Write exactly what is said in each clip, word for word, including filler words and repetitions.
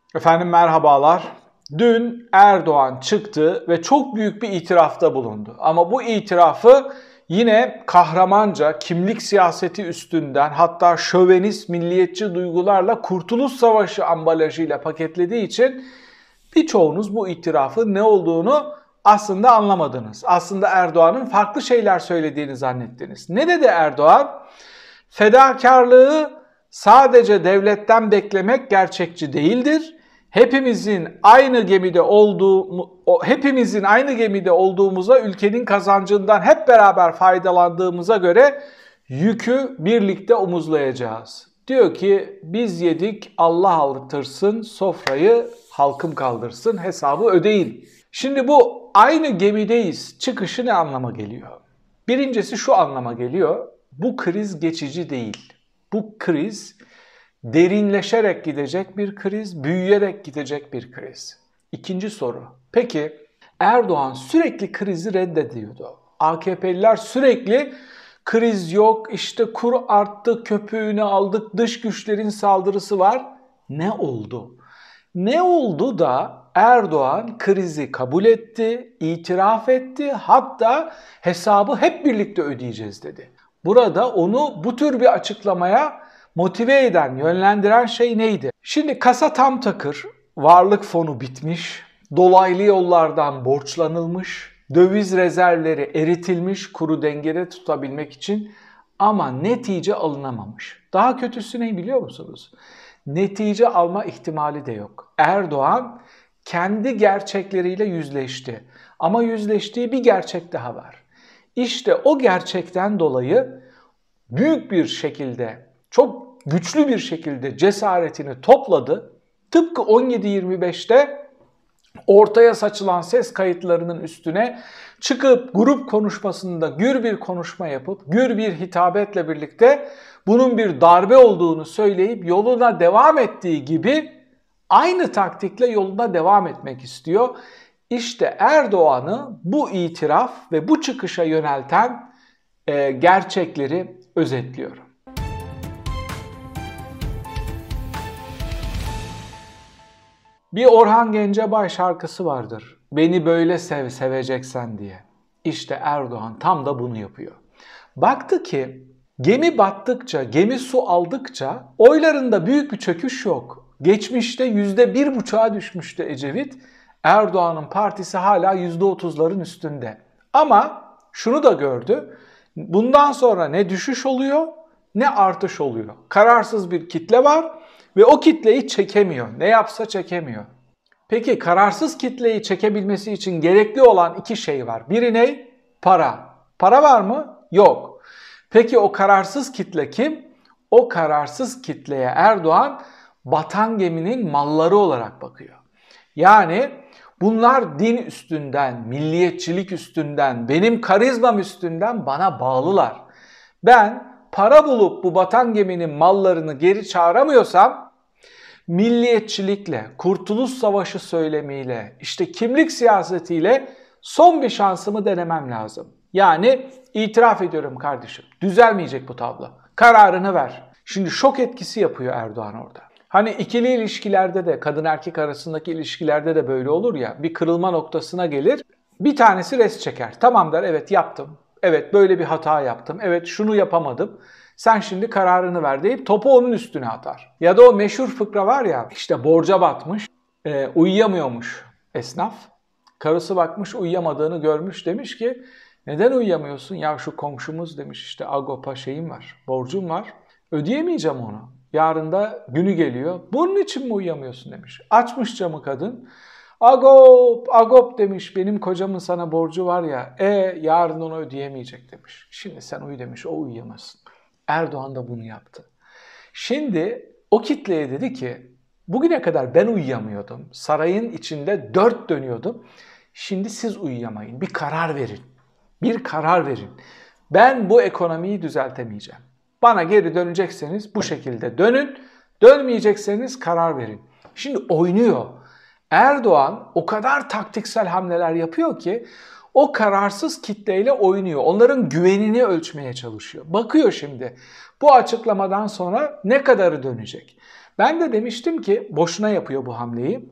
Efendim merhabalar. Dün Erdoğan çıktı ve çok büyük bir itirafta bulundu. Ama bu itirafı yine kahramanca, kimlik siyaseti üstünden, hatta şövenist, milliyetçi duygularla Kurtuluş Savaşı ambalajıyla paketlediği için birçoğunuz bu itirafın ne olduğunu aslında anlamadınız. Aslında Erdoğan'ın farklı şeyler söylediğini zannettiniz. Ne dedi Erdoğan? Fedakarlığı sadece devletten beklemek gerçekçi değildir. Hepimizin aynı gemide olduğu hepimizin aynı gemide olduğumuza, ülkenin kazancından hep beraber faydalandığımıza göre yükü birlikte omuzlayacağız. Diyor ki biz yedik, Allah altırsın, sofrayı halkım kaldırsın, hesabı ödeyin. Şimdi bu aynı gemideyiz çıkışı ne anlama geliyor? Birincisi şu anlama geliyor. Bu kriz geçici değil. Bu kriz derinleşerek gidecek bir kriz, büyüyerek gidecek bir kriz. İkinci soru. Peki Erdoğan sürekli krizi reddediyordu. A K P'liler sürekli kriz yok, işte kur arttı, köpüğünü aldık, dış güçlerin saldırısı var. Ne oldu? Ne oldu da Erdoğan krizi kabul etti, itiraf etti, hatta hesabı hep birlikte ödeyeceğiz dedi. Burada onu bu tür bir açıklamaya motive eden, yönlendiren şey neydi? Şimdi kasa tam takır, varlık fonu bitmiş, dolaylı yollardan borçlanılmış, döviz rezervleri eritilmiş kuru dengede tutabilmek için ama netice alınamamış. Daha kötüsü ne biliyor musunuz? Netice alma ihtimali de yok. Erdoğan kendi gerçekleriyle yüzleşti ama yüzleştiği bir gerçek daha var. İşte o gerçekten dolayı büyük bir şekilde, çok güçlü bir şekilde cesaretini topladı. Tıpkı on yedi yirmi beşte ortaya saçılan ses kayıtlarının üstüne çıkıp grup konuşmasında gür bir konuşma yapıp, gür bir hitabetle birlikte bunun bir darbe olduğunu söyleyip yoluna devam ettiği gibi aynı taktikle yoluna devam etmek istiyor. İşte Erdoğan'ı bu itiraf ve bu çıkışa yönelten e, gerçekleri özetliyorum. Bir Orhan Gencebay şarkısı vardır. Beni böyle sev, seveceksen diye. İşte Erdoğan tam da bunu yapıyor. Baktı ki gemi battıkça, gemi su aldıkça oylarında büyük bir çöküş yok. Geçmişte yüzde bir buçuğa düşmüştü Ecevit. Erdoğan'ın partisi hala yüzde otuzların üstünde. Ama şunu da gördü. Bundan sonra ne düşüş oluyor ne artış oluyor. Kararsız bir kitle var ve o kitleyi çekemiyor. Ne yapsa çekemiyor. Peki kararsız kitleyi çekebilmesi için gerekli olan iki şey var. Biri ne? Para. Para var mı? Yok. Peki o kararsız kitle kim? O kararsız kitleye Erdoğan batan geminin malları olarak bakıyor. Yani bunlar din üstünden, milliyetçilik üstünden, benim karizmam üstünden bana bağlılar. Ben para bulup bu batan geminin mallarını geri çağıramıyorsam milliyetçilikle, Kurtuluş Savaşı söylemiyle, işte kimlik siyasetiyle son bir şansımı denemem lazım. Yani itiraf ediyorum kardeşim, düzelmeyecek bu tablo. Kararını ver. Şimdi şok etkisi yapıyor Erdoğan orada. Hani ikili ilişkilerde de, kadın erkek arasındaki ilişkilerde de böyle olur ya, bir kırılma noktasına gelir, bir tanesi res çeker. Tamam der, evet yaptım, evet böyle bir hata yaptım, evet şunu yapamadım, sen şimdi kararını ver deyip topu onun üstüne atar. Ya da o meşhur fıkra var ya, işte borca batmış, e, uyuyamıyormuş esnaf. Karısı bakmış uyuyamadığını görmüş, demiş ki neden uyuyamıyorsun? Ya şu komşumuz demiş, işte Agop'a şeyim var, borcum var, ödeyemeyeceğim onu. Yarın da günü geliyor. Bunun için mi uyuyamıyorsun demiş. Açmış camı kadın. Agop, Agop demiş, benim kocamın sana borcu var ya, e yarın onu ödeyemeyecek demiş. Şimdi sen uyu demiş, o uyuyamazsın. Erdoğan da bunu yaptı. Şimdi o kitleye dedi ki, bugüne kadar ben uyuyamıyordum. Sarayın içinde dört dönüyordum. Şimdi siz uyuyamayın. Bir karar verin. Bir karar verin. Ben bu ekonomiyi düzeltemeyeceğim. Bana geri dönecekseniz bu şekilde dönün. Dönmeyecekseniz karar verin. Şimdi oynuyor. Erdoğan o kadar taktiksel hamleler yapıyor ki o kararsız kitleyle oynuyor. Onların güvenini ölçmeye çalışıyor. Bakıyor şimdi bu açıklamadan sonra ne kadarı dönecek. Ben de demiştim ki boşuna yapıyor bu hamleyi.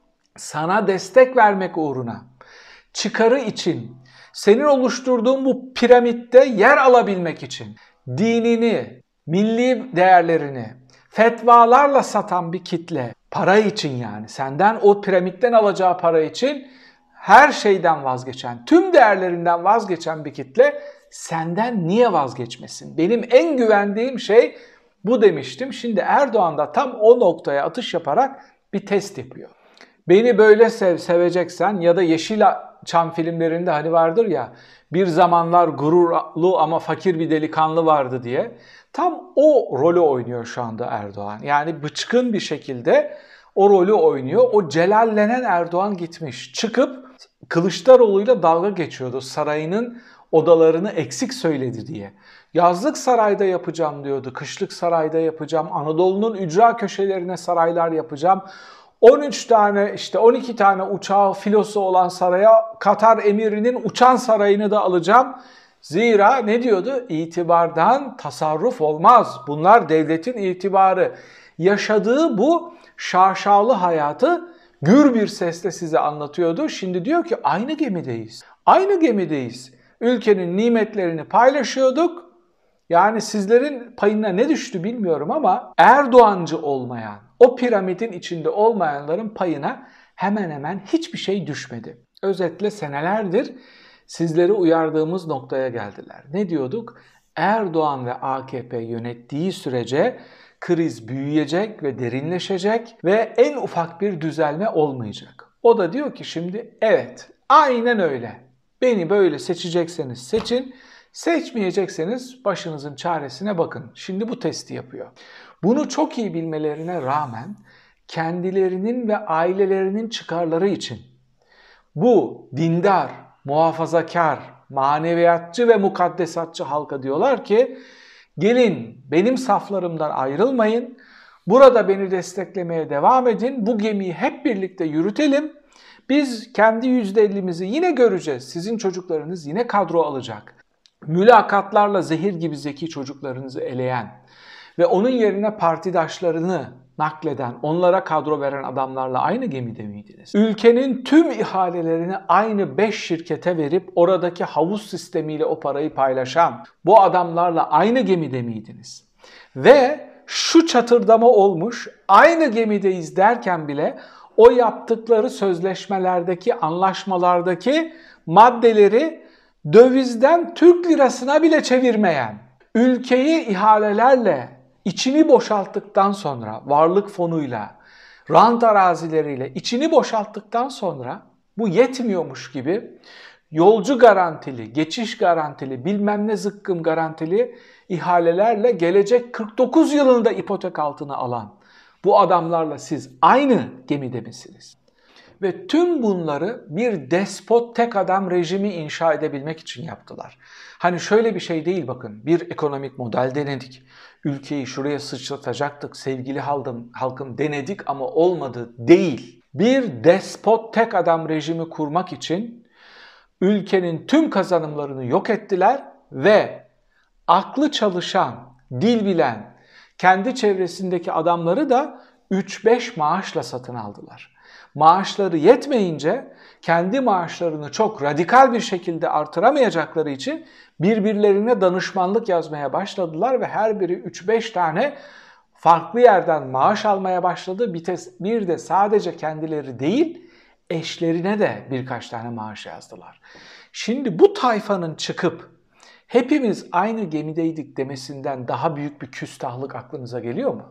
Sana destek vermek uğruna, çıkarı için, senin oluşturduğun bu piramitte yer alabilmek için dinini, milli değerlerini fetvalarla satan bir kitle, para için yani senden o piramitten alacağı para için her şeyden vazgeçen, tüm değerlerinden vazgeçen bir kitle senden niye vazgeçmesin? Benim en güvendiğim şey bu demiştim. Şimdi Erdoğan da tam o noktaya atış yaparak bir test yapıyor. Beni böyle sev, seveceksen ya da Yeşilçam filmlerinde hani vardır ya bir zamanlar gururlu ama fakir bir delikanlı vardı diye. Tam o rolü oynuyor şu anda Erdoğan. Yani bıçkın bir şekilde o rolü oynuyor. O celallenen Erdoğan gitmiş. Çıkıp Kılıçdaroğlu'yla dalga geçiyordu. Sarayının odalarını eksik söyledi diye. Yazlık sarayda yapacağım diyordu. Kışlık sarayda yapacağım. Anadolu'nun ücra köşelerine saraylar yapacağım. on üç tane işte on iki tane uçağı filosu olan saraya Katar emirinin uçan sarayını da alacağım. Zira ne diyordu? İtibardan tasarruf olmaz. Bunlar devletin itibarı. Yaşadığı bu şaşalı hayatı gür bir sesle size anlatıyordu. Şimdi diyor ki aynı gemideyiz. Aynı gemideyiz. Ülkenin nimetlerini paylaşıyorduk. Yani sizlerin payına ne düştü bilmiyorum ama Erdoğancı olmayan, o piramidin içinde olmayanların payına hemen hemen hiçbir şey düşmedi. Özetle senelerdir sizleri uyardığımız noktaya geldiler. Ne diyorduk? Erdoğan ve A K P yönettiği sürece kriz büyüyecek ve derinleşecek ve en ufak bir düzelme olmayacak. O da diyor ki şimdi evet, aynen öyle. Beni böyle seçecekseniz seçin, seçmeyecekseniz başınızın çaresine bakın. Şimdi bu testi yapıyor. Bunu çok iyi bilmelerine rağmen kendilerinin ve ailelerinin çıkarları için bu dindar, muhafazakar, maneviyatçı ve mukaddesatçı halka diyorlar ki gelin benim saflarımdan ayrılmayın, burada beni desteklemeye devam edin, bu gemiyi hep birlikte yürütelim. Biz kendi yüzde ellimizi yine göreceğiz, sizin çocuklarınız yine kadro alacak. Mülakatlarla zehir gibi zeki çocuklarınızı eleyen ve onun yerine partidaşlarını nakleden, onlara kadro veren adamlarla aynı gemide miydiniz? Ülkenin tüm ihalelerini aynı beş şirkete verip oradaki havuz sistemiyle o parayı paylaşan bu adamlarla aynı gemide miydiniz? Ve şu çatırdama olmuş, aynı gemideyiz derken bile o yaptıkları sözleşmelerdeki, anlaşmalardaki maddeleri dövizden Türk lirasına bile çevirmeyen, ülkeyi ihalelerle içini boşalttıktan sonra, varlık fonuyla, rant arazileriyle içini boşalttıktan sonra bu yetmiyormuş gibi yolcu garantili, geçiş garantili, bilmem ne zıkkım garantili ihalelerle gelecek kırk dokuz yılında ipotek altına alan bu adamlarla siz aynı gemide misiniz? Ve tüm bunları bir despot tek adam rejimi inşa edebilmek için yaptılar. Hani şöyle bir şey değil bakın, bir ekonomik model denedik. Ülkeyi şuraya sıçratacaktık sevgili halkım, halkım denedik ama olmadı değil. Bir despot tek adam rejimi kurmak için ülkenin tüm kazanımlarını yok ettiler ve aklı çalışan, dil bilen, kendi çevresindeki adamları da üç beş maaşla satın aldılar. Maaşları yetmeyince kendi maaşlarını çok radikal bir şekilde artıramayacakları için birbirlerine danışmanlık yazmaya başladılar ve her biri üç beş tane farklı yerden maaş almaya başladı. Bir de sadece kendileri değil, eşlerine de birkaç tane maaş yazdılar. Şimdi bu tayfanın çıkıp hepimiz aynı gemideydik demesinden daha büyük bir küstahlık aklınıza geliyor mu?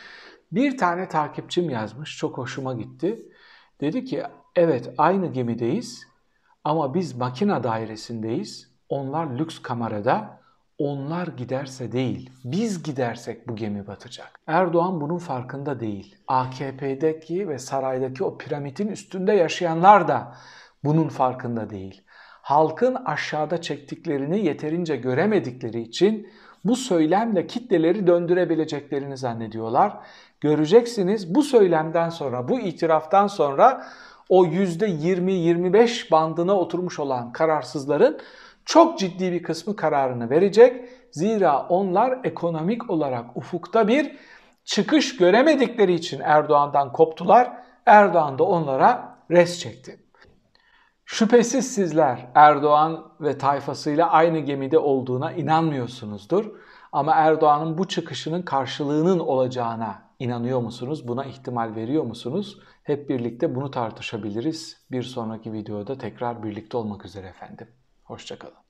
Bir tane takipçim yazmış, çok hoşuma gitti. Dedi ki evet aynı gemideyiz ama biz makina dairesindeyiz. Onlar lüks kamerada, onlar giderse değil, biz gidersek bu gemi batacak. Erdoğan bunun farkında değil. A K P'deki ve saraydaki o piramidin üstünde yaşayanlar da bunun farkında değil. Halkın aşağıda çektiklerini yeterince göremedikleri için bu söylemle kitleleri döndürebileceklerini zannediyorlar. Göreceksiniz bu söylemden sonra, bu itiraftan sonra o yüzde yirmi yirmi beş bandına oturmuş olan kararsızların çok ciddi bir kısmı kararını verecek. Zira onlar ekonomik olarak ufukta bir çıkış göremedikleri için Erdoğan'dan koptular. Erdoğan da onlara res çekti. Şüphesiz sizler Erdoğan ve tayfasıyla aynı gemide olduğuna inanmıyorsunuzdur. Ama Erdoğan'ın bu çıkışının karşılığının olacağına inanıyor musunuz? Buna ihtimal veriyor musunuz? Hep birlikte bunu tartışabiliriz. Bir sonraki videoda tekrar birlikte olmak üzere efendim. Hoşça kalın.